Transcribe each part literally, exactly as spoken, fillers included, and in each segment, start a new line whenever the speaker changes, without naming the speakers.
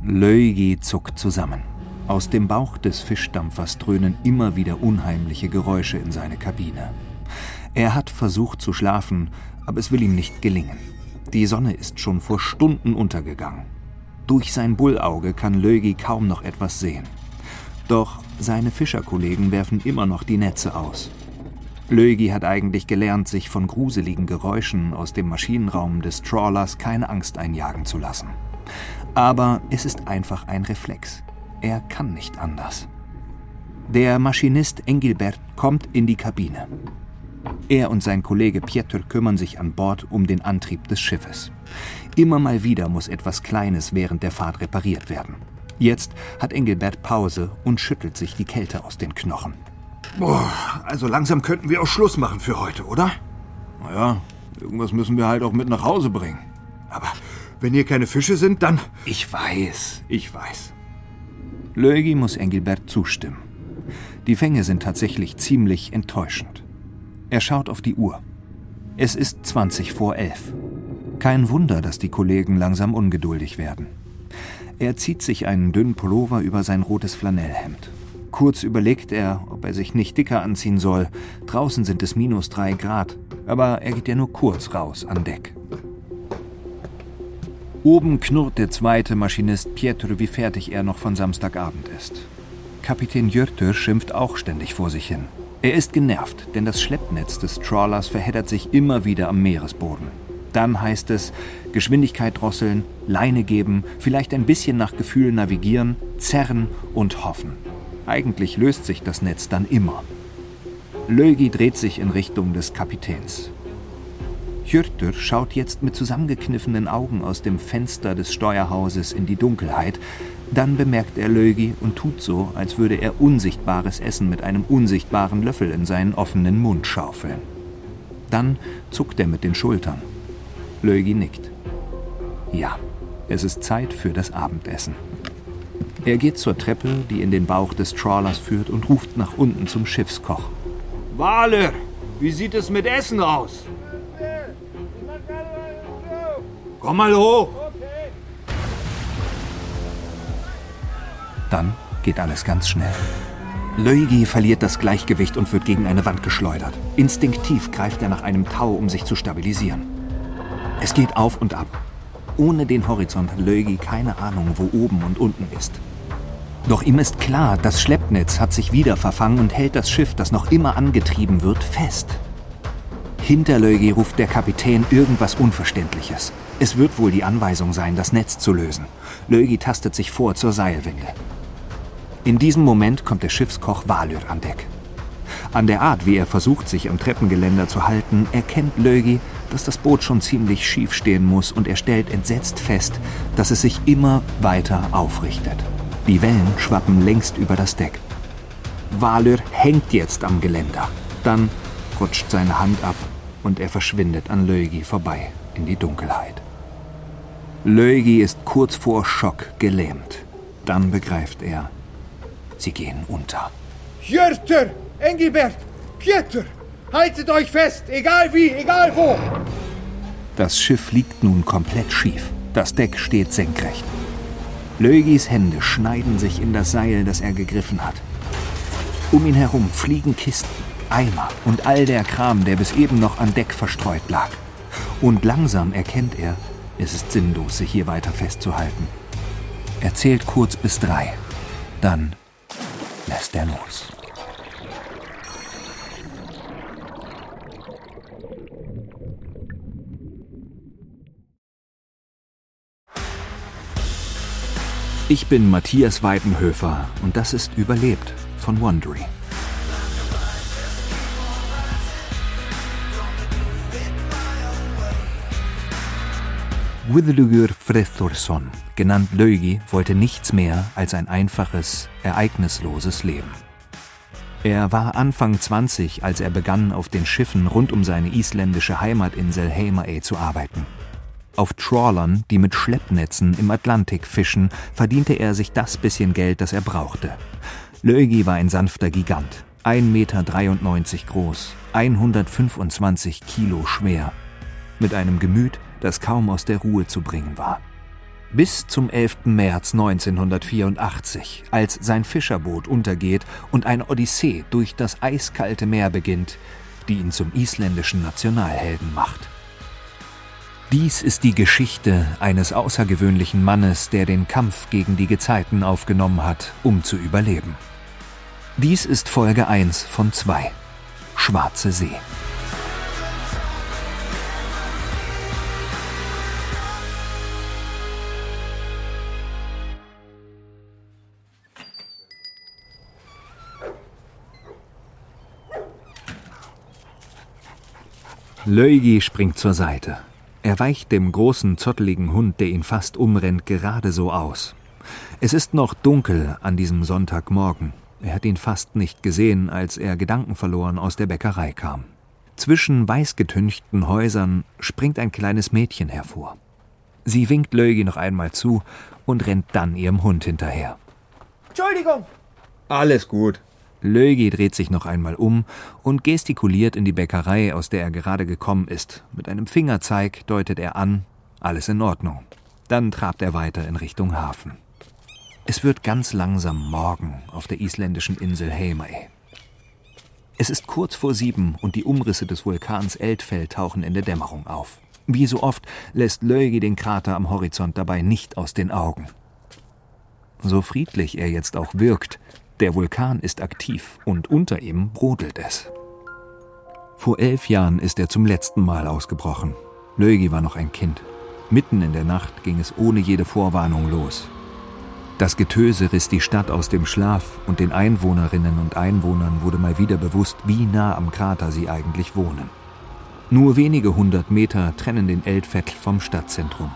Löigi zuckt zusammen. Aus dem Bauch des Fischdampfers dröhnen immer wieder unheimliche Geräusche in seine Kabine. Er hat versucht zu schlafen, aber es will ihm nicht gelingen. Die Sonne ist schon vor Stunden untergegangen. Durch sein Bullauge kann Löigi kaum noch etwas sehen. Doch seine Fischerkollegen werfen immer noch die Netze aus. Löigi hat eigentlich gelernt, sich von gruseligen Geräuschen aus dem Maschinenraum des Trawlers keine Angst einjagen zu lassen. Aber es ist einfach ein Reflex. Er kann nicht anders. Der Maschinist Engelbert kommt in die Kabine. Er und sein Kollege Pieter kümmern sich an Bord um den Antrieb des Schiffes. Immer mal wieder muss etwas Kleines während der Fahrt repariert werden. Jetzt hat Engelbert Pause und schüttelt sich die Kälte aus den Knochen.
Boah, also langsam könnten wir auch Schluss machen für heute, oder?
Naja, irgendwas müssen wir halt auch mit nach Hause bringen.
Aber wenn hier keine Fische sind, dann...
Ich weiß, ich weiß. Löigi muss Engelbert zustimmen. Die Fänge sind tatsächlich ziemlich enttäuschend. Er schaut auf die Uhr. Es ist zwanzig vor elf. Kein Wunder, dass die Kollegen langsam ungeduldig werden. Er zieht sich einen dünnen Pullover über sein rotes Flanellhemd. Kurz überlegt er, ob er sich nicht dicker anziehen soll. Draußen sind es minus drei Grad, aber er geht ja nur kurz raus an Deck. Oben knurrt der zweite Maschinist Pieter, wie fertig er noch von Samstagabend ist. Kapitän Jörter schimpft auch ständig vor sich hin. Er ist genervt, denn das Schleppnetz des Trawlers verheddert sich immer wieder am Meeresboden. Dann heißt es, Geschwindigkeit drosseln, Leine geben, vielleicht ein bisschen nach Gefühl navigieren, zerren und hoffen. Eigentlich löst sich das Netz dann immer. Löigi dreht sich in Richtung des Kapitäns. Jörter schaut jetzt mit zusammengekniffenen Augen aus dem Fenster des Steuerhauses in die Dunkelheit. Dann bemerkt er Löigi und tut so, als würde er unsichtbares Essen mit einem unsichtbaren Löffel in seinen offenen Mund schaufeln. Dann zuckt er mit den Schultern. Löigi nickt. Ja, es ist Zeit für das Abendessen. Er geht zur Treppe, die in den Bauch des Trawlers führt, und ruft nach unten zum Schiffskoch.
Waler, wie sieht es mit Essen aus? Komm mal hoch!
Dann geht alles ganz schnell. Löigi verliert das Gleichgewicht und wird gegen eine Wand geschleudert. Instinktiv greift er nach einem Tau, um sich zu stabilisieren. Es geht auf und ab. Ohne den Horizont hat Löigi keine Ahnung, wo oben und unten ist. Doch ihm ist klar, das Schleppnetz hat sich wieder verfangen und hält das Schiff, das noch immer angetrieben wird, fest. Hinter Löigi ruft der Kapitän irgendwas Unverständliches. Es wird wohl die Anweisung sein, das Netz zu lösen. Löigi tastet sich vor zur Seilwinde. In diesem Moment kommt der Schiffskoch Waler an Deck. An der Art, wie er versucht, sich am Treppengeländer zu halten, erkennt Löigi, dass das Boot schon ziemlich schief stehen muss, und er stellt entsetzt fest, dass es sich immer weiter aufrichtet. Die Wellen schwappen längst über das Deck. Waler hängt jetzt am Geländer. Dann rutscht seine Hand ab und er verschwindet an Löigi vorbei in die Dunkelheit. Löigi ist kurz vor Schock gelähmt. Dann begreift er, sie gehen unter.
Jörter, Engelbert, Pieter, haltet euch fest, egal wie, egal wo!
Das Schiff liegt nun komplett schief. Das Deck steht senkrecht. Löigis Hände schneiden sich in das Seil, das er gegriffen hat. Um ihn herum fliegen Kisten, Eimer und all der Kram, der bis eben noch an Deck verstreut lag. Und langsam erkennt er, es ist sinnlos, sich hier weiter festzuhalten. Er zählt kurz bis drei. Dann lässt er los. Ich bin Matthias Weidenhöfer und das ist Überlebt von Wondery. Guðlaugur Friðþórsson, genannt Löigi, wollte nichts mehr als ein einfaches, ereignisloses Leben. Er war Anfang zwanzig, als er begann, auf den Schiffen rund um seine isländische Heimatinsel Heimaey zu arbeiten. Auf Trawlern, die mit Schleppnetzen im Atlantik fischen, verdiente er sich das bisschen Geld, das er brauchte. Löigi war ein sanfter Gigant, ein Meter dreiundneunzig groß, hundertfünfundzwanzig Kilo schwer, mit einem Gemüt, das kaum aus der Ruhe zu bringen war. Bis zum elften März neunzehnhundertvierundachtzig, als sein Fischerboot untergeht und eine Odyssee durch das eiskalte Meer beginnt, die ihn zum isländischen Nationalhelden macht. Dies ist die Geschichte eines außergewöhnlichen Mannes, der den Kampf gegen die Gezeiten aufgenommen hat, um zu überleben. Dies ist Folge eins von zwei. Schwarze See. Löigi springt zur Seite. Er weicht dem großen, zotteligen Hund, der ihn fast umrennt, gerade so aus. Es ist noch dunkel an diesem Sonntagmorgen. Er hat ihn fast nicht gesehen, als er gedankenverloren aus der Bäckerei kam. Zwischen weißgetünchten Häusern springt ein kleines Mädchen hervor. Sie winkt Löigi noch einmal zu und rennt dann ihrem Hund hinterher.
Entschuldigung!
Alles gut.
Löigi dreht sich noch einmal um und gestikuliert in die Bäckerei, aus der er gerade gekommen ist. Mit einem Fingerzeig deutet er an, alles in Ordnung. Dann trabt er weiter in Richtung Hafen. Es wird ganz langsam Morgen auf der isländischen Insel Heimaey. Es ist kurz vor sieben und die Umrisse des Vulkans Eldfell tauchen in der Dämmerung auf. Wie so oft lässt Löigi den Krater am Horizont dabei nicht aus den Augen. So friedlich er jetzt auch wirkt, der Vulkan ist aktiv und unter ihm brodelt es. Vor elf Jahren ist er zum letzten Mal ausgebrochen. Löigi war noch ein Kind. Mitten in der Nacht ging es ohne jede Vorwarnung los. Das Getöse riss die Stadt aus dem Schlaf und den Einwohnerinnen und Einwohnern wurde mal wieder bewusst, wie nah am Krater sie eigentlich wohnen. Nur wenige hundert Meter trennen den Eldfell vom Stadtzentrum.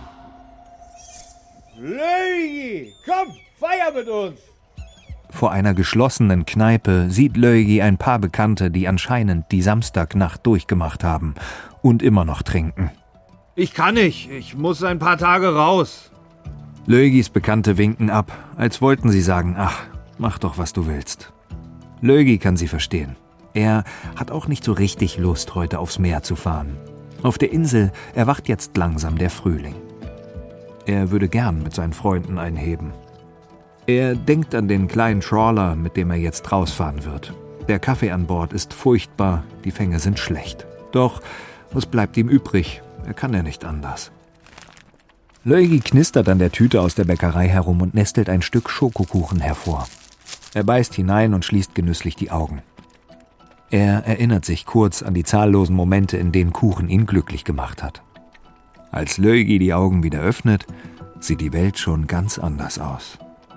Löigi, komm, feier mit uns!
Vor einer geschlossenen Kneipe sieht Löigi ein paar Bekannte, die anscheinend die Samstagnacht durchgemacht haben und immer noch trinken.
Ich kann nicht, ich muss ein paar Tage raus.
Löigis Bekannte winken ab, als wollten sie sagen, ach, mach doch, was du willst. Löigi kann sie verstehen. Er hat auch nicht so richtig Lust, heute aufs Meer zu fahren. Auf der Insel erwacht jetzt langsam der Frühling. Er würde gern mit seinen Freunden einheben. Er denkt an den kleinen Trawler, mit dem er jetzt rausfahren wird. Der Kaffee an Bord ist furchtbar, die Fänge sind schlecht. Doch was bleibt ihm übrig? Er kann ja nicht anders. Löigi knistert an der Tüte aus der Bäckerei herum und nestelt ein Stück Schokokuchen hervor. Er beißt hinein und schließt genüsslich die Augen. Er erinnert sich kurz an die zahllosen Momente, in denen Kuchen ihn glücklich gemacht hat. Als Löigi die Augen wieder öffnet, sieht die Welt schon ganz anders aus.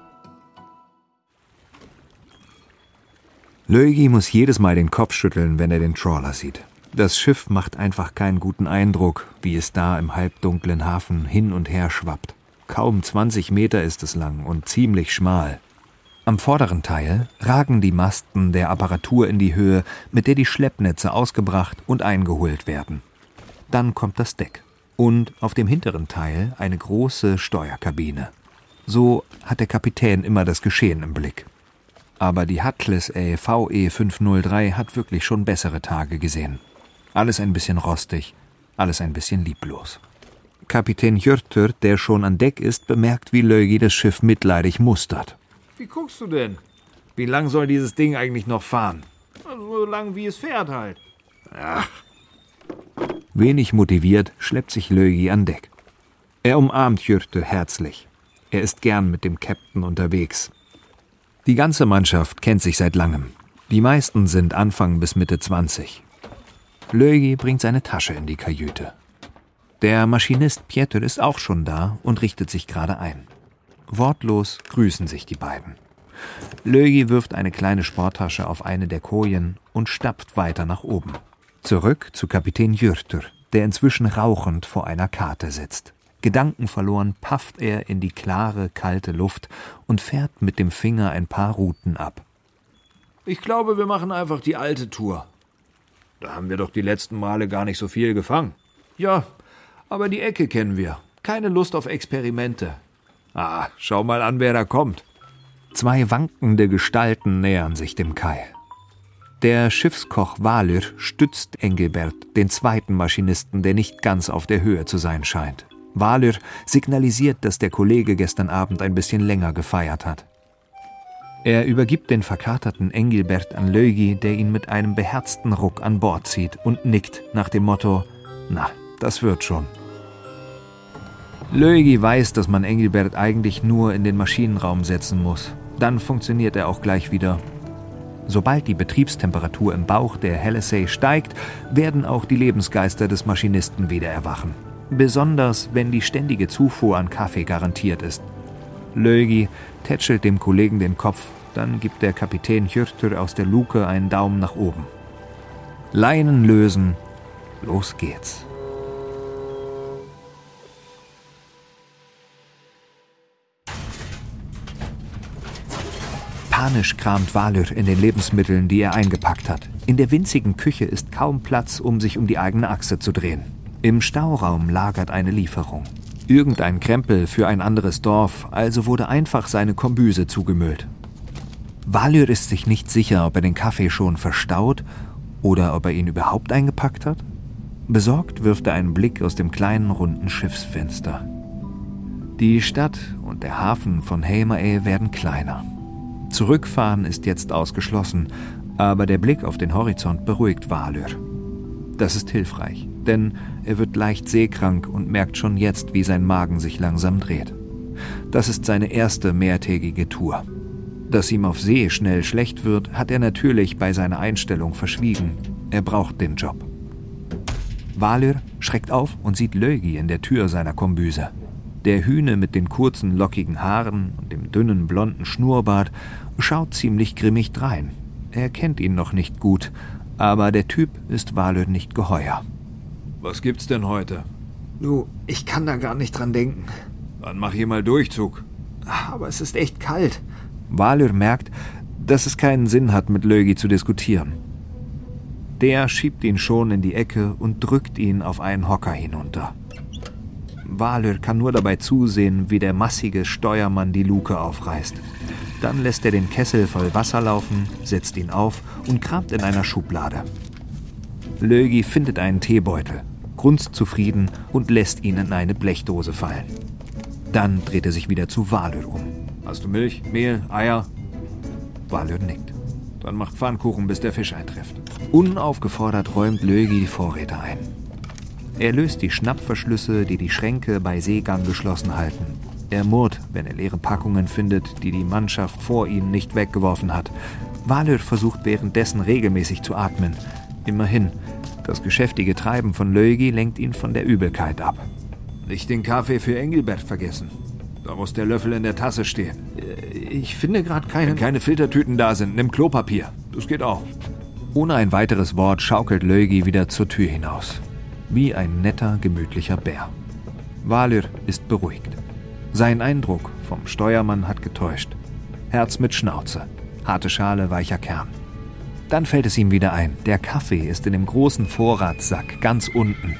Löigi muss jedes Mal den Kopf schütteln, wenn er den Trawler sieht. Das Schiff macht einfach keinen guten Eindruck, wie es da im halbdunklen Hafen hin und her schwappt. Kaum zwanzig Meter ist es lang und ziemlich schmal. Am vorderen Teil ragen die Masten der Apparatur in die Höhe, mit der die Schleppnetze ausgebracht und eingeholt werden. Dann kommt das Deck und auf dem hinteren Teil eine große Steuerkabine. So hat der Kapitän immer das Geschehen im Blick. Aber die Hatlesey V E fünf null drei hat wirklich schon bessere Tage gesehen. Alles ein bisschen rostig, alles ein bisschen lieblos. Kapitän Hjörtur, der schon an Deck ist, bemerkt, wie Löigi das Schiff mitleidig mustert.
Wie guckst du denn? Wie lang soll dieses Ding eigentlich noch fahren? So lang wie es fährt halt. Ach.
Wenig motiviert schleppt sich Löigi an Deck. Er umarmt Hjörtur herzlich. Er ist gern mit dem Captain unterwegs. Die ganze Mannschaft kennt sich seit langem. Die meisten sind Anfang bis Mitte zwanzig. Löigi bringt seine Tasche in die Kajüte. Der Maschinist Pieter ist auch schon da und richtet sich gerade ein. Wortlos grüßen sich die beiden. Löigi wirft eine kleine Sporttasche auf eine der Kojen und stapft weiter nach oben. Zurück zu Kapitän Hjörtur, der inzwischen rauchend vor einer Karte sitzt. Gedankenverloren pafft er in die klare, kalte Luft und fährt mit dem Finger ein paar Routen ab.
Ich glaube, wir machen einfach die alte Tour. Da haben wir doch die letzten Male gar nicht so viel gefangen. Ja, aber die Ecke kennen wir. Keine Lust auf Experimente. Ah, schau mal an, wer da kommt.
Zwei wankende Gestalten nähern sich dem Kai. Der Schiffskoch Valur stützt Engilbert, den zweiten Maschinisten, der nicht ganz auf der Höhe zu sein scheint. Valur signalisiert, dass der Kollege gestern Abend ein bisschen länger gefeiert hat. Er übergibt den verkaterten Engilbert an Lögi, der ihn mit einem beherzten Ruck an Bord zieht und nickt nach dem Motto: »Na, das wird schon.« Lögi weiß, dass man Engilbert eigentlich nur in den Maschinenraum setzen muss. Dann funktioniert er auch gleich wieder. Sobald die Betriebstemperatur im Bauch der Helisei steigt, werden auch die Lebensgeister des Maschinisten wieder erwachen. Besonders, wenn die ständige Zufuhr an Kaffee garantiert ist. Lögi tätschelt dem Kollegen den Kopf, dann gibt der Kapitän Hjörtur aus der Luke einen Daumen nach oben. Leinen lösen, los geht's. Panisch kramt Valur in den Lebensmitteln, die er eingepackt hat. In der winzigen Küche ist kaum Platz, um sich um die eigene Achse zu drehen. Im Stauraum lagert eine Lieferung. Irgendein Krempel für ein anderes Dorf, also wurde einfach seine Kombüse zugemüllt. Valur ist sich nicht sicher, ob er den Kaffee schon verstaut oder ob er ihn überhaupt eingepackt hat. Besorgt wirft er einen Blick aus dem kleinen, runden Schiffsfenster. Die Stadt und der Hafen von Heimaey werden kleiner. Zurückfahren ist jetzt ausgeschlossen, aber der Blick auf den Horizont beruhigt Valur. Das ist hilfreich, denn er wird leicht seekrank und merkt schon jetzt, wie sein Magen sich langsam dreht. Das ist seine erste mehrtägige Tour. Dass ihm auf See schnell schlecht wird, hat er natürlich bei seiner Einstellung verschwiegen. Er braucht den Job. Valur schreckt auf und sieht Lögi in der Tür seiner Kombüse. Der Hühne mit den kurzen, lockigen Haaren und dem dünnen, blonden Schnurrbart schaut ziemlich grimmig drein. Er kennt ihn noch nicht gut, aber der Typ ist Valur nicht geheuer.
Was gibt's denn heute?
Du, ich kann da gar nicht dran denken.
Dann mach hier mal Durchzug.
Aber es ist echt kalt. Valur merkt, dass es keinen Sinn hat, mit Lögi zu diskutieren. Der schiebt ihn schon in die Ecke und drückt ihn auf einen Hocker hinunter. Valur kann nur dabei zusehen, wie der massige Steuermann die Luke aufreißt. Dann lässt er den Kessel voll Wasser laufen, setzt ihn auf und kramt in einer Schublade. Lögi findet einen Teebeutel, grunzt zufrieden und lässt ihn in eine Blechdose fallen. Dann dreht er sich wieder zu Valur um.
Hast du Milch, Mehl, Eier?
Valur nickt.
Dann macht Pfannkuchen, bis der Fisch eintrifft.
Unaufgefordert räumt Lögi die Vorräte ein. Er löst die Schnappverschlüsse, die die Schränke bei Seegang geschlossen halten. Er murrt, wenn er leere Packungen findet, die die Mannschaft vor ihnen nicht weggeworfen hat. Valur versucht währenddessen regelmäßig zu atmen. Immerhin, das geschäftige Treiben von Lögi lenkt ihn von der Übelkeit ab.
Nicht den Kaffee für Engilbert vergessen. Da muss der Löffel in der Tasse stehen.
Ich finde gerade keine...
Wenn keine Filtertüten da sind, nimm Klopapier. Das geht auch.
Ohne ein weiteres Wort schaukelt Lögi wieder zur Tür hinaus. Wie ein netter, gemütlicher Bär. Valur ist beruhigt. Sein Eindruck vom Steuermann hat getäuscht. Herz mit Schnauze, harte Schale, weicher Kern. Dann fällt es ihm wieder ein, der Kaffee ist in dem großen Vorratssack ganz unten.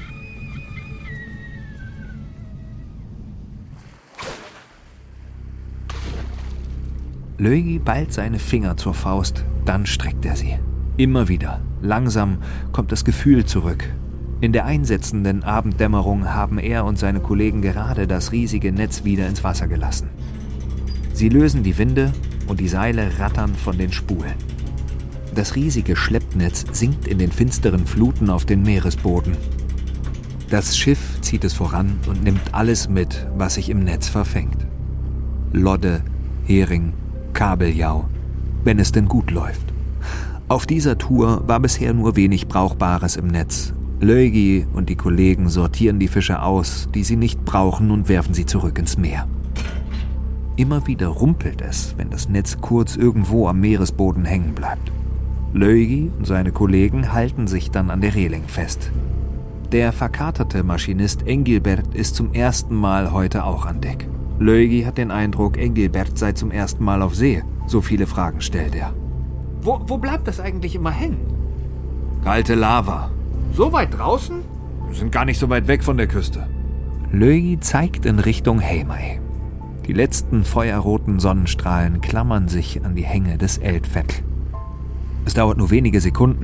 Lögi ballt seine Finger zur Faust, dann streckt er sie. Immer wieder, langsam, kommt das Gefühl zurück. In der einsetzenden Abenddämmerung haben er und seine Kollegen gerade das riesige Netz wieder ins Wasser gelassen. Sie lösen die Winde und die Seile rattern von den Spulen. Das riesige Schleppnetz sinkt in den finsteren Fluten auf den Meeresboden. Das Schiff zieht es voran und nimmt alles mit, was sich im Netz verfängt. Lodde, Hering, Kabeljau, wenn es denn gut läuft. Auf dieser Tour war bisher nur wenig Brauchbares im Netz. Lögi und die Kollegen sortieren die Fische aus, die sie nicht brauchen, und werfen sie zurück ins Meer. Immer wieder rumpelt es, wenn das Netz kurz irgendwo am Meeresboden hängen bleibt. Lögi und seine Kollegen halten sich dann an der Reling fest. Der verkaterte Maschinist Engilbert ist zum ersten Mal heute auch an Deck. Lögi hat den Eindruck, Engilbert sei zum ersten Mal auf See. So viele Fragen stellt er.
Wo, wo bleibt das eigentlich immer hängen?
Kalte Lava.
So weit draußen?
Wir sind gar nicht so weit weg von der Küste.
Lögi zeigt in Richtung Heimaey. Die letzten feuerroten Sonnenstrahlen klammern sich an die Hänge des Eldfell. Es dauert nur wenige Sekunden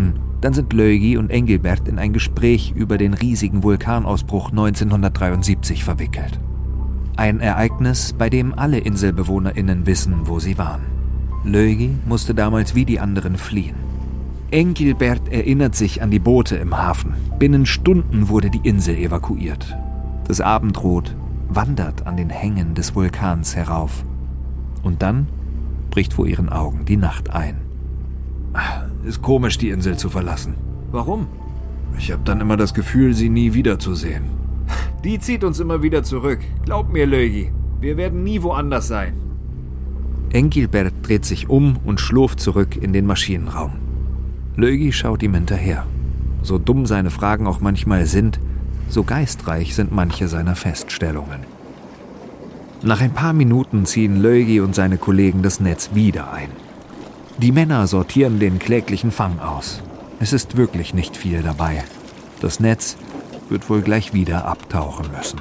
Dann sind Lögi und Engelbert in ein Gespräch über den riesigen Vulkanausbruch neunzehnhundertdreiundsiebzig verwickelt. Ein Ereignis, bei dem alle InselbewohnerInnen wissen, wo sie waren. Lögi musste damals wie die anderen fliehen. Engelbert erinnert sich an die Boote im Hafen. Binnen Stunden wurde die Insel evakuiert. Das Abendrot wandert an den Hängen des Vulkans herauf. Und dann bricht vor ihren Augen die Nacht ein.
Ist komisch, die Insel zu verlassen. Warum? Ich habe dann immer das Gefühl, sie nie wiederzusehen. Die zieht uns immer wieder zurück. Glaub mir, Lögi, wir werden nie woanders sein.
Engelbert dreht sich um und schlurft zurück in den Maschinenraum. Lögi schaut ihm hinterher. So dumm seine Fragen auch manchmal sind, so geistreich sind manche seiner Feststellungen. Nach ein paar Minuten ziehen Lögi und seine Kollegen das Netz wieder ein. Die Männer sortieren den kläglichen Fang aus. Es ist wirklich nicht viel dabei. Das Netz wird wohl gleich wieder abtauchen müssen.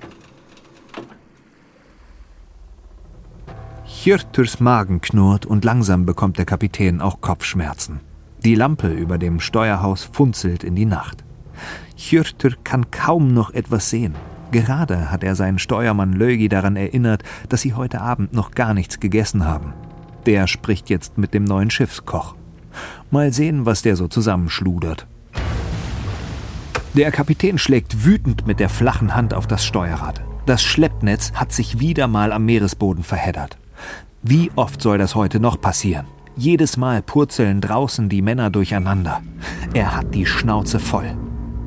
Hjörturs Magen knurrt und langsam bekommt der Kapitän auch Kopfschmerzen. Die Lampe über dem Steuerhaus funzelt in die Nacht. Hjörtur kann kaum noch etwas sehen. Gerade hat er seinen Steuermann Lögi daran erinnert, dass sie heute Abend noch gar nichts gegessen haben. Der spricht jetzt mit dem neuen Schiffskoch. Mal sehen, was der so zusammenschludert. Der Kapitän schlägt wütend mit der flachen Hand auf das Steuerrad. Das Schleppnetz hat sich wieder mal am Meeresboden verheddert. Wie oft soll das heute noch passieren? Jedes Mal purzeln draußen die Männer durcheinander. Er hat die Schnauze voll.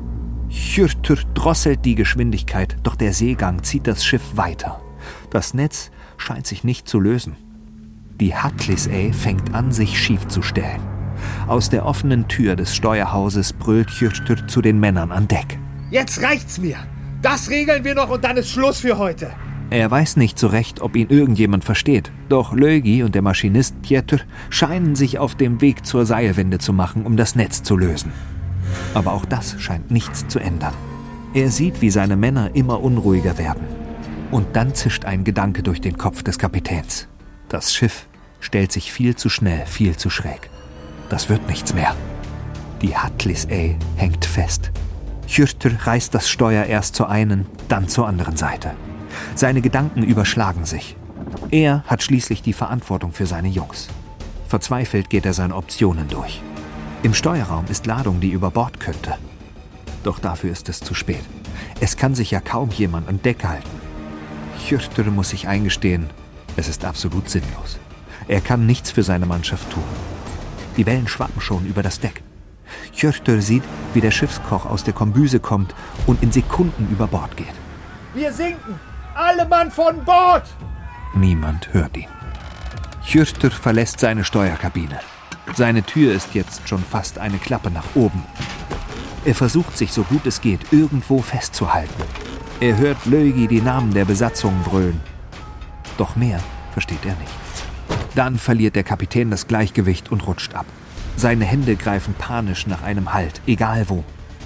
Hjörtur drosselt die Geschwindigkeit, doch der Seegang zieht das Schiff weiter. Das Netz scheint sich nicht zu lösen. Die Hatlisey fängt an, sich schief zu stellen. Aus der offenen Tür des Steuerhauses brüllt Hjörtur zu den Männern an Deck.
Jetzt reicht's mir. Das regeln wir noch und dann ist Schluss für heute.
Er weiß nicht so recht, ob ihn irgendjemand versteht. Doch Lögi und der Maschinist Pieter scheinen sich auf dem Weg zur Seilwinde zu machen, um das Netz zu lösen. Aber auch das scheint nichts zu ändern. Er sieht, wie seine Männer immer unruhiger werden. Und dann zischt ein Gedanke durch den Kopf des Kapitäns. Das Schiff stellt sich viel zu schnell, viel zu schräg. Das wird nichts mehr. Die Hatlisey hängt fest. Hjörtur reißt das Steuer erst zur einen, dann zur anderen Seite. Seine Gedanken überschlagen sich. Er hat schließlich die Verantwortung für seine Jungs. Verzweifelt geht er seine Optionen durch. Im Steuerraum ist Ladung, die über Bord könnte. Doch dafür ist es zu spät. Es kann sich ja kaum jemand an Deck halten. Hjörtur muss sich eingestehen, es ist absolut sinnlos. Er kann nichts für seine Mannschaft tun. Die Wellen schwappen schon über das Deck. Hjörtur sieht, wie der Schiffskoch aus der Kombüse kommt und in Sekunden über Bord geht.
Wir sinken! Alle Mann von Bord!
Niemand hört ihn. Hjörtur verlässt seine Steuerkabine. Seine Tür ist jetzt schon fast eine Klappe nach oben. Er versucht sich, so gut es geht, irgendwo festzuhalten. Er hört Lögi die Namen der Besatzung brüllen. Doch mehr versteht er nicht. Dann verliert der Kapitän das Gleichgewicht und rutscht ab. Seine Hände greifen panisch nach einem Halt, egal wo.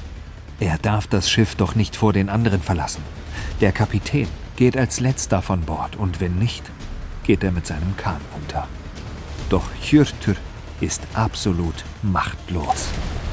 Er darf das Schiff doch nicht vor den anderen verlassen. Der Kapitän geht als letzter von Bord und wenn nicht, geht er mit seinem Kahn unter. Doch Hjörtur ist absolut machtlos.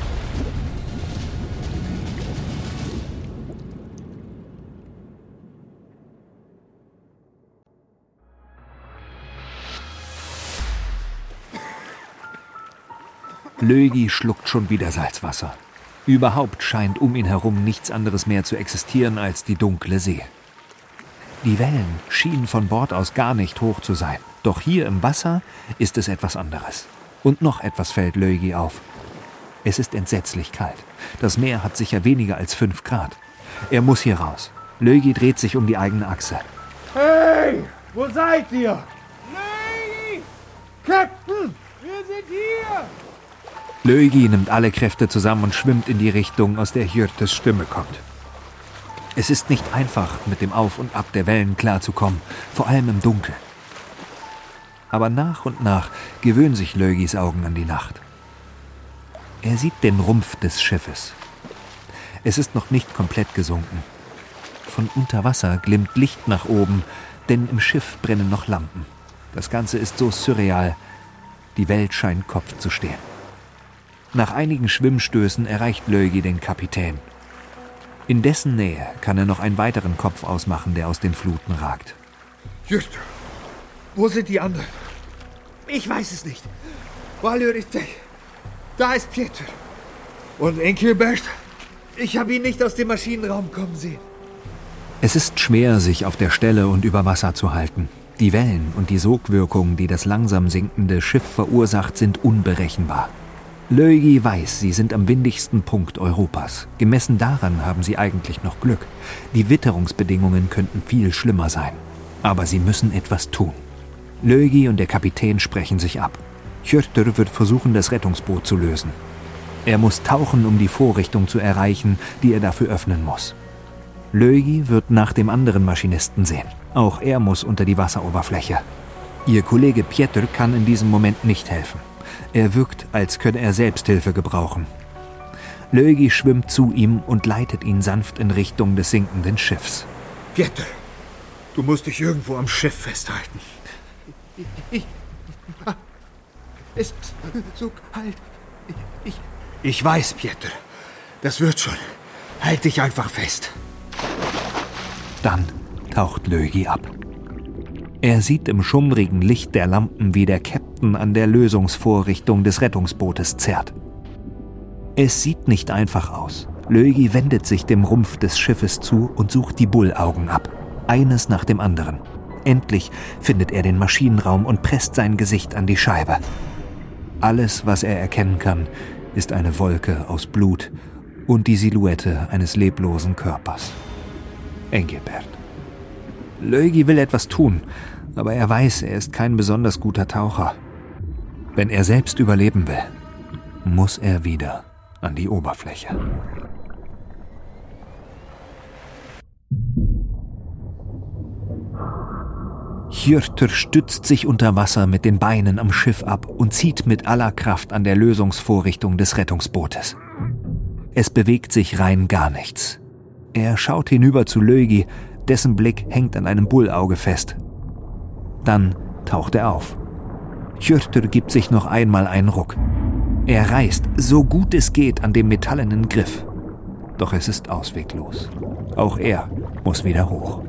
Lögi schluckt schon wieder Salzwasser. Überhaupt scheint um ihn herum nichts anderes mehr zu existieren als die dunkle See. Die Wellen schienen von Bord aus gar nicht hoch zu sein. Doch hier im Wasser ist es etwas anderes. Und noch etwas fällt Lögi auf. Es ist entsetzlich kalt. Das Meer hat sicher weniger als fünf Grad. Er muss hier raus. Lögi dreht sich um die eigene Achse.
Hey, wo seid ihr? Lögi! Captain, wir sind hier!
Lögi nimmt alle Kräfte zusammen und schwimmt in die Richtung, aus der Hjörturs Stimme kommt. Es ist nicht einfach, mit dem Auf und Ab der Wellen klarzukommen, vor allem im Dunkeln. Aber nach und nach gewöhnen sich Lögis Augen an die Nacht. Er sieht den Rumpf des Schiffes. Es ist noch nicht komplett gesunken. Von unter Wasser glimmt Licht nach oben, denn im Schiff brennen noch Lampen. Das Ganze ist so surreal, die Welt scheint Kopf zu stehen. Nach einigen Schwimmstößen erreicht Löwy den Kapitän. In dessen Nähe kann er noch einen weiteren Kopf ausmachen, der aus den Fluten ragt.
Just, wo sind die anderen? Ich weiß es nicht. Valur ist weg. Da ist Pieter. Und Engelbert? Ich habe ihn nicht aus dem Maschinenraum kommen sehen.
Es ist schwer, sich auf der Stelle und über Wasser zu halten. Die Wellen und die Sogwirkung, die das langsam sinkende Schiff verursacht, sind unberechenbar. Löwy weiß, sie sind am windigsten Punkt Europas. Gemessen daran haben sie eigentlich noch Glück. Die Witterungsbedingungen könnten viel schlimmer sein. Aber sie müssen etwas tun. Löwy und der Kapitän sprechen sich ab. Hjörtur wird versuchen, das Rettungsboot zu lösen. Er muss tauchen, um die Vorrichtung zu erreichen, die er dafür öffnen muss. Löwy wird nach dem anderen Maschinisten sehen. Auch er muss unter die Wasseroberfläche. Ihr Kollege Pieter kann in diesem Moment nicht helfen. Er wirkt, als könne er Selbsthilfe gebrauchen. Löwy schwimmt zu ihm und leitet ihn sanft in Richtung des sinkenden Schiffs.
Pieter, du musst dich irgendwo am Schiff festhalten. Ich, ich, es ist so kalt. Ich, ich weiß, Pieter. Das wird schon. Halt dich einfach fest.
Dann taucht Löwy ab. Er sieht im schummrigen Licht der Lampen, wie der Captain an der Lösungsvorrichtung des Rettungsbootes zerrt. Es sieht nicht einfach aus. Löwy wendet sich dem Rumpf des Schiffes zu und sucht die Bullaugen ab. Eines nach dem anderen. Endlich findet er den Maschinenraum und presst sein Gesicht an die Scheibe. Alles, was er erkennen kann, ist eine Wolke aus Blut und die Silhouette eines leblosen Körpers. Engelbert. Löwy will etwas tun, aber er weiß, er ist kein besonders guter Taucher. Wenn er selbst überleben will, muss er wieder an die Oberfläche. Hjörtur stützt sich unter Wasser mit den Beinen am Schiff ab und zieht mit aller Kraft an der Lösungsvorrichtung des Rettungsbootes. Es bewegt sich rein gar nichts. Er schaut hinüber zu Löwy, dessen Blick hängt an einem Bullauge fest. Dann taucht er auf. Hjörtur gibt sich noch einmal einen Ruck. Er reißt, so gut es geht, an dem metallenen Griff. Doch es ist ausweglos. Auch er muss wieder hoch.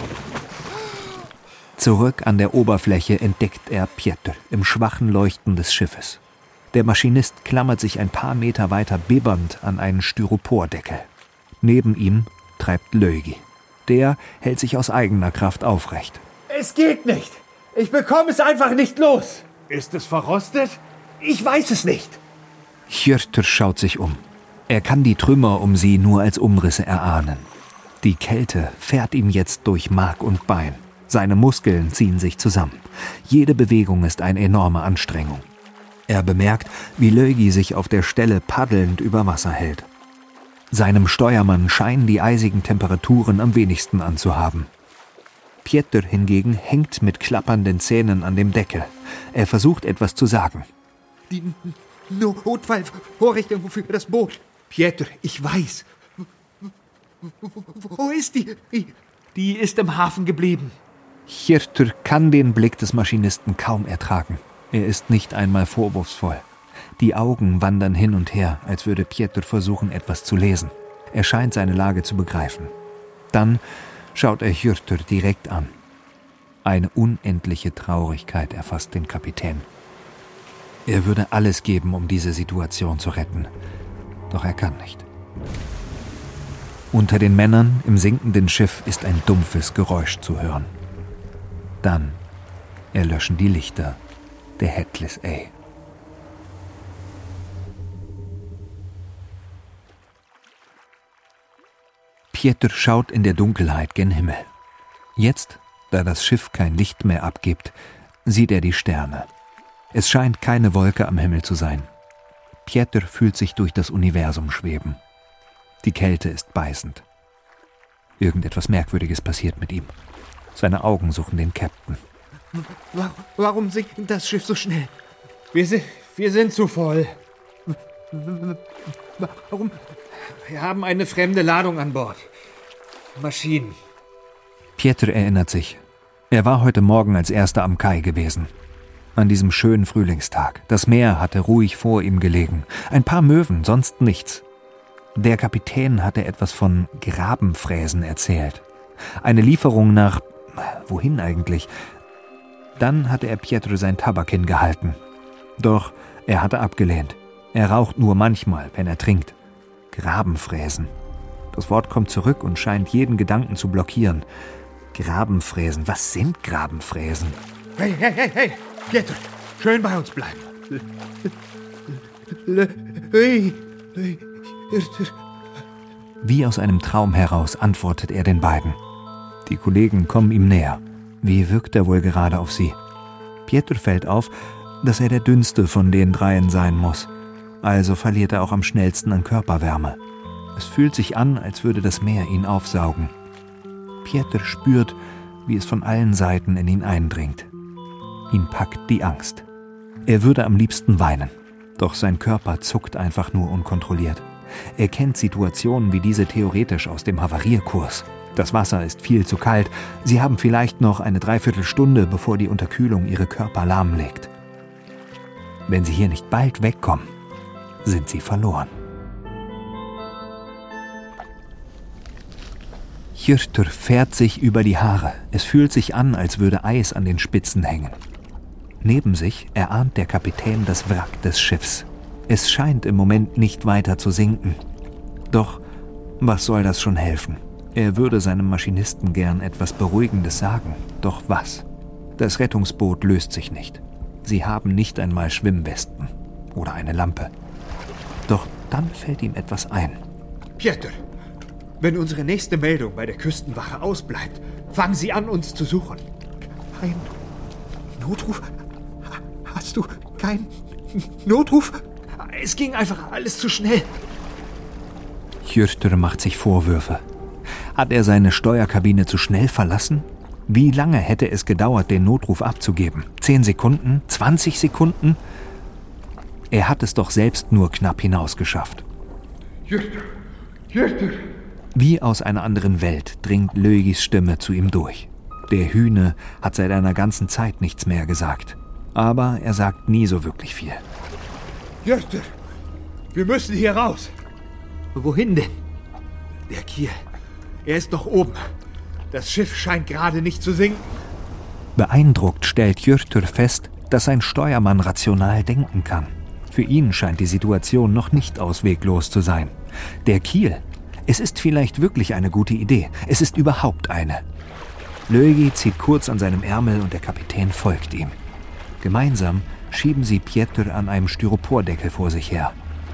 Zurück an der Oberfläche entdeckt er Pieter im schwachen Leuchten des Schiffes. Der Maschinist klammert sich ein paar Meter weiter bibbernd an einen Styropordeckel. Neben ihm treibt Löwy. Der hält sich aus eigener Kraft aufrecht.
Es geht nicht. Ich bekomme es einfach nicht los. Ist es verrostet? Ich weiß es nicht.
Hjörtur schaut sich um. Er kann die Trümmer um sie nur als Umrisse erahnen. Die Kälte fährt ihm jetzt durch Mark und Bein. Seine Muskeln ziehen sich zusammen. Jede Bewegung ist eine enorme Anstrengung. Er bemerkt, wie Löwy sich auf der Stelle paddelnd über Wasser hält. Seinem Steuermann scheinen die eisigen Temperaturen am wenigsten anzuhaben. Pieter hingegen hängt mit klappernden Zähnen an dem Deckel. Er versucht etwas zu sagen.
Die Notfallvorrichtung für das Boot. Pieter, ich weiß. Wo ist die? Die ist im Hafen geblieben.
Hjörtur kann den Blick des Maschinisten kaum ertragen. Er ist nicht einmal vorwurfsvoll. Die Augen wandern hin und her, als würde Pieter versuchen, etwas zu lesen. Er scheint seine Lage zu begreifen. Dann schaut er Hjörtur direkt an. Eine unendliche Traurigkeit erfasst den Kapitän. Er würde alles geben, um diese Situation zu retten. Doch er kann nicht. Unter den Männern im sinkenden Schiff ist ein dumpfes Geräusch zu hören. Dann erlöschen die Lichter der Headless A. Pieter schaut in der Dunkelheit gen Himmel. Jetzt, da das Schiff kein Licht mehr abgibt, sieht er die Sterne. Es scheint keine Wolke am Himmel zu sein. Pieter fühlt sich durch das Universum schweben. Die Kälte ist beißend. Irgendetwas Merkwürdiges passiert mit ihm. Seine Augen suchen den Captain.
Warum sinkt das Schiff so schnell? Wir sind, wir sind zu voll. Warum? Wir haben eine fremde Ladung an Bord. Maschinen.
Pieter erinnert sich. Er war heute Morgen als Erster am Kai gewesen. An diesem schönen Frühlingstag. Das Meer hatte ruhig vor ihm gelegen. Ein paar Möwen, sonst nichts. Der Kapitän hatte etwas von Grabenfräsen erzählt. Eine Lieferung nach... wohin eigentlich? Dann hatte er Pietro sein Tabak hingehalten. Doch er hatte abgelehnt. Er raucht nur manchmal, wenn er trinkt. Grabenfräsen. Das Wort kommt zurück und scheint jeden Gedanken zu blockieren. Grabenfräsen. Was sind Grabenfräsen?
Hey, hey, hey, hey! Pietro, schön bei uns bleiben.
Wie aus einem Traum heraus antwortet er den beiden. Die Kollegen kommen ihm näher. Wie wirkt er wohl gerade auf sie? Pietro fällt auf, dass er der dünnste von den dreien sein muss. Also verliert er auch am schnellsten an Körperwärme. Es fühlt sich an, als würde das Meer ihn aufsaugen. Pietro spürt, wie es von allen Seiten in ihn eindringt. Ihn packt die Angst. Er würde am liebsten weinen. Doch sein Körper zuckt einfach nur unkontrolliert. Er kennt Situationen wie diese theoretisch aus dem Havarierkurs. Das Wasser ist viel zu kalt. Sie haben vielleicht noch eine Dreiviertelstunde, bevor die Unterkühlung ihre Körper lahmlegt. Wenn sie hier nicht bald wegkommen, sind sie verloren. Hjörtur fährt sich über die Haare. Es fühlt sich an, als würde Eis an den Spitzen hängen. Neben sich erahnt der Kapitän das Wrack des Schiffs. Es scheint im Moment nicht weiter zu sinken. Doch was soll das schon helfen? Er würde seinem Maschinisten gern etwas Beruhigendes sagen. Doch was? Das Rettungsboot löst sich nicht. Sie haben nicht einmal Schwimmwesten oder eine Lampe. Doch dann fällt ihm etwas ein.
Pietro, wenn unsere nächste Meldung bei der Küstenwache ausbleibt, fangen Sie an, uns zu suchen. Kein Notruf? Hast du keinen Notruf? Es ging einfach alles zu schnell.
Hjörtur macht sich Vorwürfe. Hat er seine Steuerkabine zu schnell verlassen? Wie lange hätte es gedauert, den Notruf abzugeben? Zehn Sekunden? Zwanzig Sekunden? Er hat es doch selbst nur knapp hinausgeschafft.
Hjörtur! Hjörtur!
Wie aus einer anderen Welt dringt Lögis Stimme zu ihm durch. Der Hühne hat seit einer ganzen Zeit nichts mehr gesagt. Aber er sagt nie so wirklich viel.
Hjörtur, wir müssen hier raus.
Wohin denn?
Der Kiel. Er ist noch oben. Das Schiff scheint gerade nicht zu sinken.
Beeindruckt stellt Hjörtur fest, dass sein Steuermann rational denken kann. Für ihn scheint die Situation noch nicht ausweglos zu sein. Der Kiel. Es ist vielleicht wirklich eine gute Idee. Es ist überhaupt eine. Lögi zieht kurz an seinem Ärmel und der Kapitän folgt ihm. Gemeinsam schieben sie Pietro an einem Styropordeckel vor sich her.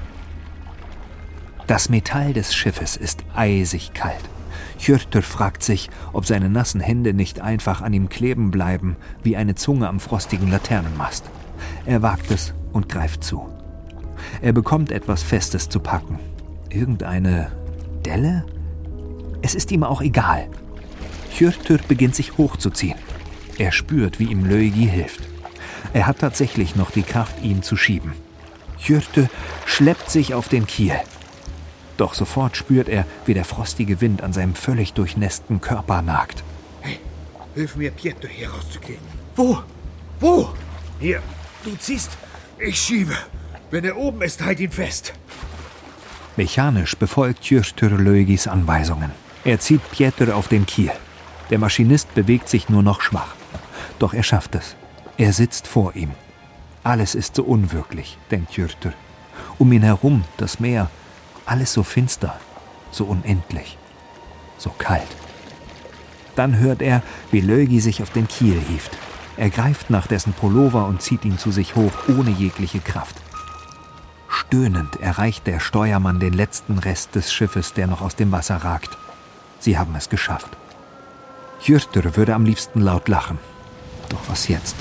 Das Metall des Schiffes ist eisig kalt. Hjörtur fragt sich, ob seine nassen Hände nicht einfach an ihm kleben bleiben, wie eine Zunge am frostigen Laternenmast. Er wagt es und greift zu. Er bekommt etwas Festes zu packen. Irgendeine Delle? Es ist ihm auch egal. Hjörtur beginnt sich hochzuziehen. Er spürt, wie ihm Lögi hilft. Er hat tatsächlich noch die Kraft, ihn zu schieben. Hjörtur schleppt sich auf den Kiel. Doch sofort spürt er, wie der frostige Wind an seinem völlig durchnässten Körper nagt.
Hey, hilf mir, Pietro hier rauszukriegen. Wo? Wo? Hier, du ziehst. Ich schiebe. Wenn er oben ist, halt ihn fest.
Mechanisch befolgt Hjörtur Lögis Anweisungen. Er zieht Pietro auf den Kiel. Der Maschinist bewegt sich nur noch schwach. Doch er schafft es. Er sitzt vor ihm. Alles ist so unwirklich, denkt Hjörtur. Um ihn herum das Meer. Alles so finster, so unendlich, so kalt. Dann hört er, wie Lögi sich auf den Kiel hieft. Er greift nach dessen Pullover und zieht ihn zu sich hoch, ohne jegliche Kraft. Stöhnend erreicht der Steuermann den letzten Rest des Schiffes, der noch aus dem Wasser ragt. Sie haben es geschafft. Hjörtur würde am liebsten laut lachen. Doch was jetzt?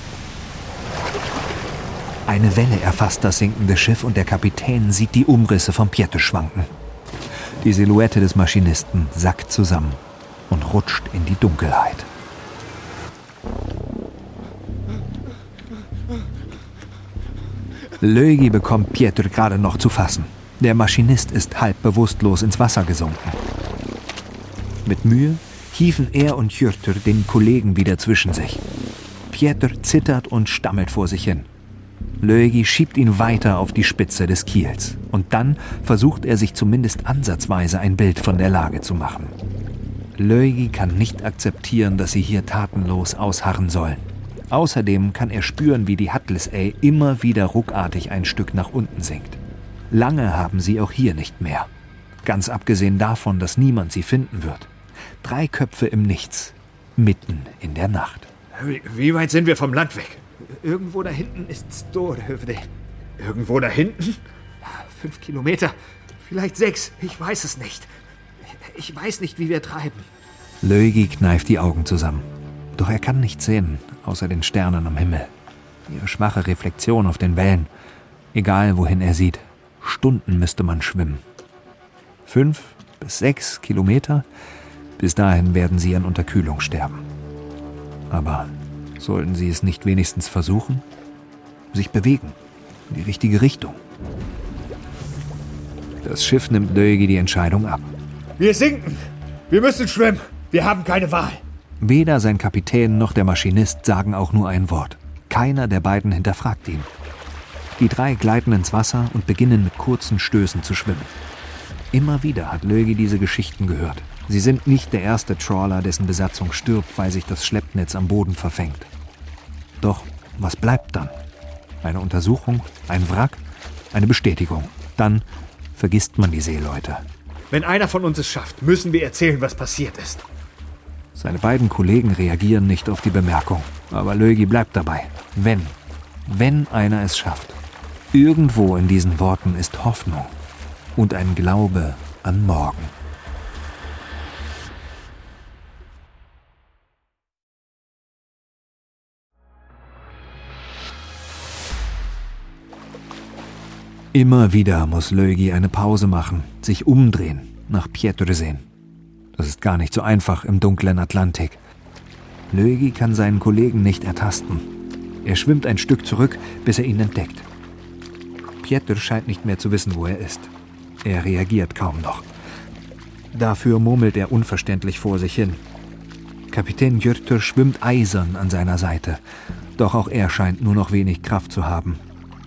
Eine Welle erfasst das sinkende Schiff und der Kapitän sieht die Umrisse von Pietro schwanken. Die Silhouette des Maschinisten sackt zusammen und rutscht in die Dunkelheit. Lögi bekommt Pietro gerade noch zu fassen. Der Maschinist ist halb bewusstlos ins Wasser gesunken. Mit Mühe hieven er und Hjörtur den Kollegen wieder zwischen sich. Pieter zittert und stammelt vor sich hin. Löegi schiebt ihn weiter auf die Spitze des Kiels. Und dann versucht er sich zumindest ansatzweise ein Bild von der Lage zu machen. Löegi kann nicht akzeptieren, dass sie hier tatenlos ausharren sollen. Außerdem kann er spüren, wie die Hattlesey immer wieder ruckartig ein Stück nach unten sinkt. Lange haben sie auch hier nicht mehr. Ganz abgesehen davon, dass niemand sie finden wird. Drei Köpfe im Nichts, mitten in der Nacht.
Wie, wie weit sind wir vom Land weg? Irgendwo da hinten ist Storhövde. Irgendwo da hinten? Fünf Kilometer, vielleicht sechs, ich weiß es nicht. Ich weiß nicht, wie wir treiben.
Löegi kneift die Augen zusammen. Doch er kann nichts sehen, außer den Sternen am Himmel. Ihre schwache Reflexion auf den Wellen. Egal, wohin er sieht. Stunden müsste man schwimmen. Fünf bis sechs Kilometer. Bis dahin werden sie an Unterkühlung sterben. Aber sollten sie es nicht wenigstens versuchen? Sich bewegen. In die richtige Richtung. Das Schiff nimmt Löegi die Entscheidung ab.
Wir sinken. Wir müssen schwimmen. Wir haben keine Wahl.
Weder sein Kapitän noch der Maschinist sagen auch nur ein Wort. Keiner der beiden hinterfragt ihn. Die drei gleiten ins Wasser und beginnen mit kurzen Stößen zu schwimmen. Immer wieder hat Löegi diese Geschichten gehört. Sie sind nicht der erste Trawler, dessen Besatzung stirbt, weil sich das Schleppnetz am Boden verfängt. Doch was bleibt dann? Eine Untersuchung, ein Wrack, eine Bestätigung. Dann vergisst man die Seeleute.
Wenn einer von uns es schafft, müssen wir erzählen, was passiert ist.
Seine beiden Kollegen reagieren nicht auf die Bemerkung. Aber Löegi bleibt dabei. Wenn, wenn einer es schafft. Irgendwo in diesen Worten ist Hoffnung und ein Glaube an morgen. Immer wieder muss Löegi eine Pause machen, sich umdrehen, nach Pieter sehen. Das ist gar nicht so einfach im dunklen Atlantik. Löegi kann seinen Kollegen nicht ertasten. Er schwimmt ein Stück zurück, bis er ihn entdeckt. Pieter scheint nicht mehr zu wissen, wo er ist. Er reagiert kaum noch. Dafür murmelt er unverständlich vor sich hin. Kapitän Hjörtur schwimmt eisern an seiner Seite. Doch auch er scheint nur noch wenig Kraft zu haben.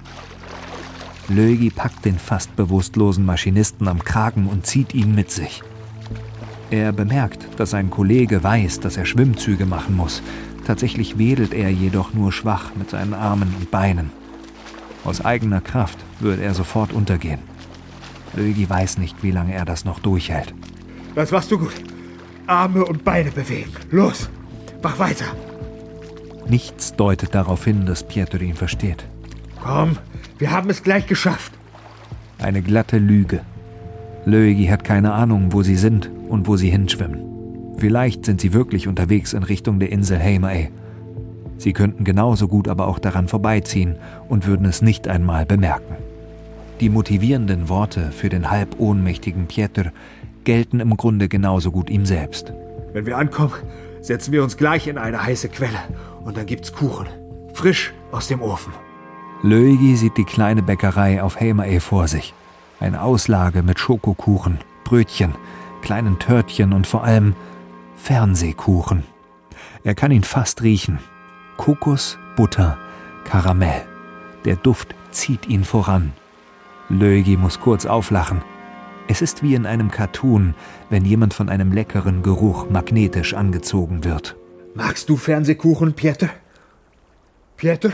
Löegi packt den fast bewusstlosen Maschinisten am Kragen und zieht ihn mit sich. Er bemerkt, dass sein Kollege weiß, dass er Schwimmzüge machen muss. Tatsächlich wedelt er jedoch nur schwach mit seinen Armen und Beinen. Aus eigener Kraft würde er sofort untergehen. Löegi weiß nicht, wie lange er das noch durchhält.
Das machst du gut. Arme und Beine bewegen. Los, mach weiter.
Nichts deutet darauf hin, dass Pieter ihn versteht.
Komm, wir haben es gleich geschafft.
Eine glatte Lüge. Löegi hat keine Ahnung, wo sie sind und wo sie hinschwimmen. Vielleicht sind sie wirklich unterwegs in Richtung der Insel Heimaey. Sie könnten genauso gut aber auch daran vorbeiziehen und würden es nicht einmal bemerken. Die motivierenden Worte für den halb ohnmächtigen Pieter gelten im Grunde genauso gut ihm selbst.
Wenn wir ankommen, setzen wir uns gleich in eine heiße Quelle und dann gibt's Kuchen. Frisch aus dem Ofen.
Löegi sieht die kleine Bäckerei auf Heimaey vor sich. Eine Auslage mit Schokokuchen, Brötchen, kleinen Törtchen und vor allem Fernsehkuchen. Er kann ihn fast riechen. Kokos, Butter, Karamell. Der Duft zieht ihn voran. Löegi muss kurz auflachen. Es ist wie in einem Cartoon, wenn jemand von einem leckeren Geruch magnetisch angezogen wird.
Magst du Fernsehkuchen, Pieter? Pieter?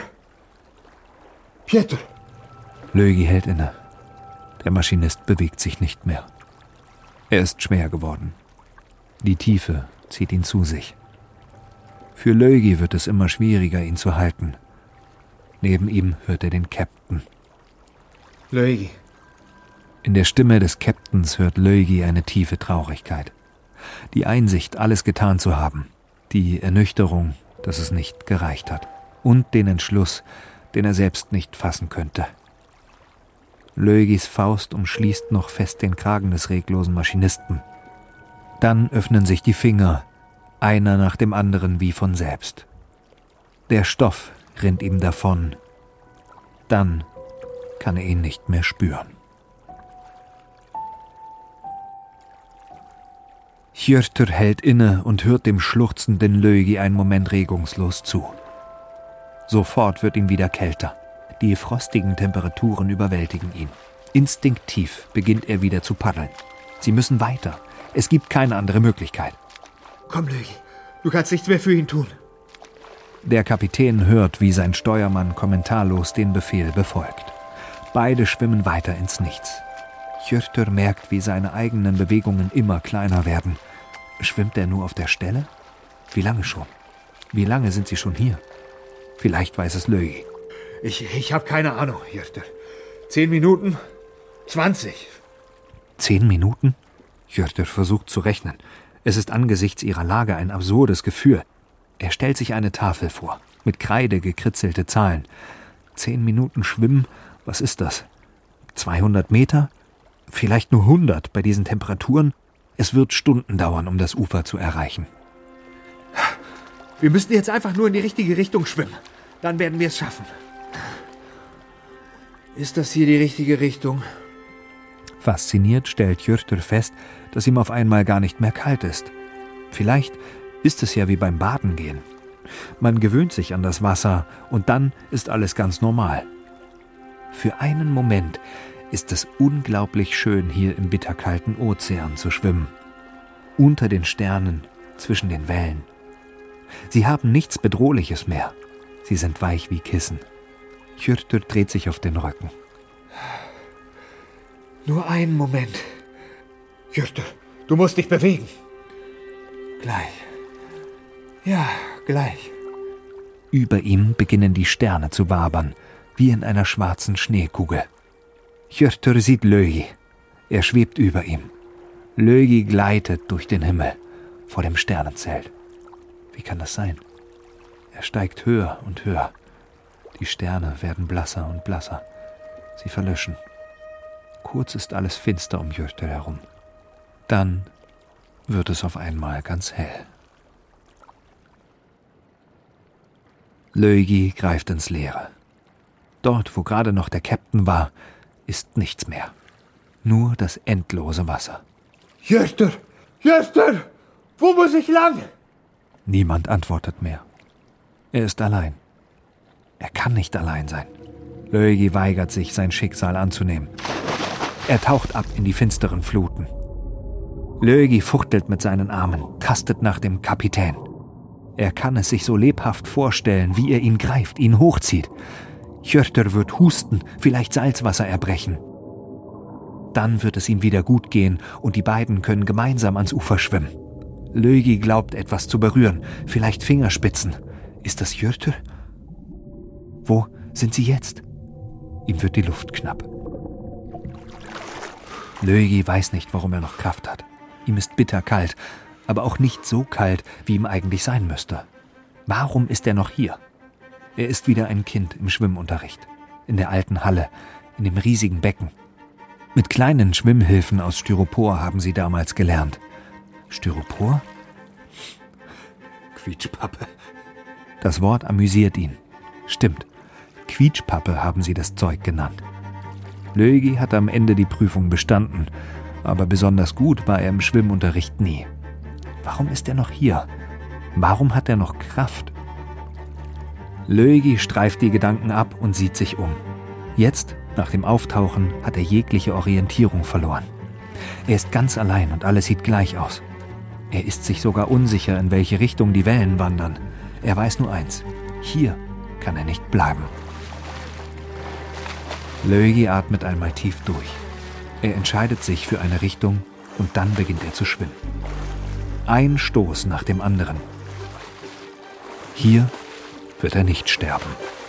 Pieter!
Löegi hält inne. Der Maschinist bewegt sich nicht mehr. Er ist schwer geworden. Die Tiefe zieht ihn zu sich. Für Löegi wird es immer schwieriger, ihn zu halten. Neben ihm hört er den Captain.
Löegi.
In der Stimme des Captains hört Löegi eine tiefe Traurigkeit. Die Einsicht, alles getan zu haben. Die Ernüchterung, dass es nicht gereicht hat. Und den Entschluss, den er selbst nicht fassen könnte. Löegis Faust umschließt noch fest den Kragen des reglosen Maschinisten. Dann öffnen sich die Finger, einer nach dem anderen wie von selbst. Der Stoff rinnt ihm davon. Dann kann er ihn nicht mehr spüren. Hjörtur hält inne und hört dem schluchzenden Löegi einen Moment regungslos zu. Sofort wird ihm wieder kälter. Die frostigen Temperaturen überwältigen ihn. Instinktiv beginnt er wieder zu paddeln. Sie müssen weiter. Es gibt keine andere Möglichkeit.
Komm, Lögi, du kannst nichts mehr für ihn tun.
Der Kapitän hört, wie sein Steuermann kommentarlos den Befehl befolgt. Beide schwimmen weiter ins Nichts. Hjörtur merkt, wie seine eigenen Bewegungen immer kleiner werden. Schwimmt er nur auf der Stelle? Wie lange schon? Wie lange sind sie schon hier? Vielleicht weiß es Lögi.
Ich, ich habe keine Ahnung, Hjörtur. Zehn Minuten? Zwanzig?
Zehn Minuten? Hjörtur versucht zu rechnen. Es ist angesichts ihrer Lage ein absurdes Gefühl. Er stellt sich eine Tafel vor, mit Kreide gekritzelte Zahlen. Zehn Minuten schwimmen, was ist das? zweihundert Meter? Vielleicht nur hundert bei diesen Temperaturen? Es wird Stunden dauern, um das Ufer zu erreichen.
Wir müssen jetzt einfach nur in die richtige Richtung schwimmen. Dann werden wir es schaffen. Ist das hier die richtige Richtung?
Fasziniert stellt Hjörtur fest, dass ihm auf einmal gar nicht mehr kalt ist. Vielleicht ist es ja wie beim Badengehen. Man gewöhnt sich an das Wasser und dann ist alles ganz normal. Für einen Moment ist es unglaublich schön, hier im bitterkalten Ozean zu schwimmen. Unter den Sternen, zwischen den Wellen. Sie haben nichts Bedrohliches mehr. Sie sind weich wie Kissen. Hjörtur dreht sich auf den Rücken.
Nur einen Moment. Hjörtur, du musst dich bewegen. Gleich. Ja, gleich.
Über ihm beginnen die Sterne zu wabern, wie in einer schwarzen Schneekugel. Hjörtur sieht Lögi. Er schwebt über ihm. Lögi gleitet durch den Himmel, vor dem Sternenzelt. Wie kann das sein? Er steigt höher und höher. Die Sterne werden blasser und blasser. Sie verlöschen. Kurz ist alles finster um Hjörtur herum. Dann wird es auf einmal ganz hell. Lögi greift ins Leere. Dort, wo gerade noch der Käpt'n war, ist nichts mehr. Nur das endlose Wasser.
Hjörtur! Hjörtur! Wo muss ich lang?
Niemand antwortet mehr. Er ist allein. Er kann nicht allein sein. Lögi weigert sich, sein Schicksal anzunehmen. Er taucht ab in die finsteren Fluten. Lögi fuchtelt mit seinen Armen, tastet nach dem Kapitän. Er kann es sich so lebhaft vorstellen, wie er ihn greift, ihn hochzieht. Hjörtur wird husten, vielleicht Salzwasser erbrechen. Dann wird es ihm wieder gut gehen und die beiden können gemeinsam ans Ufer schwimmen. Lögi glaubt, etwas zu berühren, vielleicht Fingerspitzen. Ist das Hjörtur? Wo sind sie jetzt? Ihm wird die Luft knapp. Lögi weiß nicht, warum er noch Kraft hat. Ihm ist bitterkalt, aber auch nicht so kalt, wie ihm eigentlich sein müsste. Warum ist er noch hier? Er ist wieder ein Kind im Schwimmunterricht, in der alten Halle, in dem riesigen Becken. Mit kleinen Schwimmhilfen aus Styropor haben sie damals gelernt. Styropor?
Quietschpappe.
Das Wort amüsiert ihn. Stimmt, Quietschpappe haben sie das Zeug genannt. Lögi hat am Ende die Prüfung bestanden, aber besonders gut war er im Schwimmunterricht nie. Warum ist er noch hier? Warum hat er noch Kraft? Lögi streift die Gedanken ab und sieht sich um. Jetzt, nach dem Auftauchen, hat er jegliche Orientierung verloren. Er ist ganz allein und alles sieht gleich aus. Er ist sich sogar unsicher, in welche Richtung die Wellen wandern. Er weiß nur eins: hier kann er nicht bleiben. Lögi atmet einmal tief durch. Er entscheidet sich für eine Richtung und dann beginnt er zu schwimmen. Ein Stoß nach dem anderen. Hier wird er nicht sterben.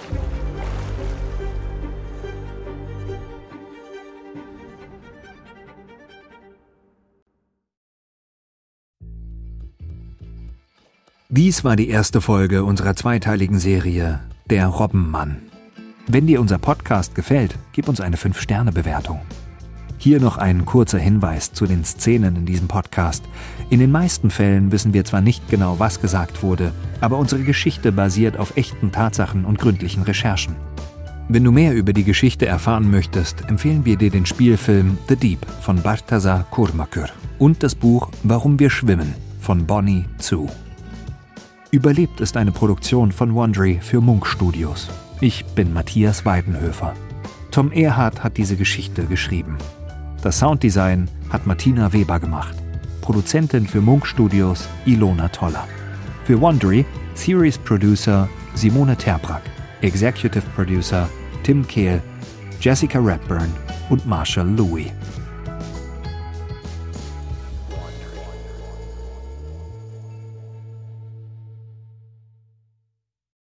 Dies war die erste Folge unserer zweiteiligen Serie Der Robbenmann. Wenn dir unser Podcast gefällt, gib uns eine fünf Sterne Bewertung. Hier noch ein kurzer Hinweis zu den Szenen in diesem Podcast. In den meisten Fällen wissen wir zwar nicht genau, was gesagt wurde, aber unsere Geschichte basiert auf echten Tatsachen und gründlichen Recherchen. Wenn du mehr über die Geschichte erfahren möchtest, empfehlen wir dir den Spielfilm The Deep von Balthazar Kormákur und das Buch Warum wir schwimmen von Bonnie Zu. Überlebt ist eine Produktion von Wondery für Munk Studios. Ich bin Matthias Weidenhöfer. Tom Erhardt hat diese Geschichte geschrieben. Das Sounddesign hat Martina Weber gemacht. Produzentin für Munk Studios Ilona Toller. Für Wondery Series Producer Simone Terbrack. Executive Producer Tim Kehl, Jessica Redburn und Marshall Louis.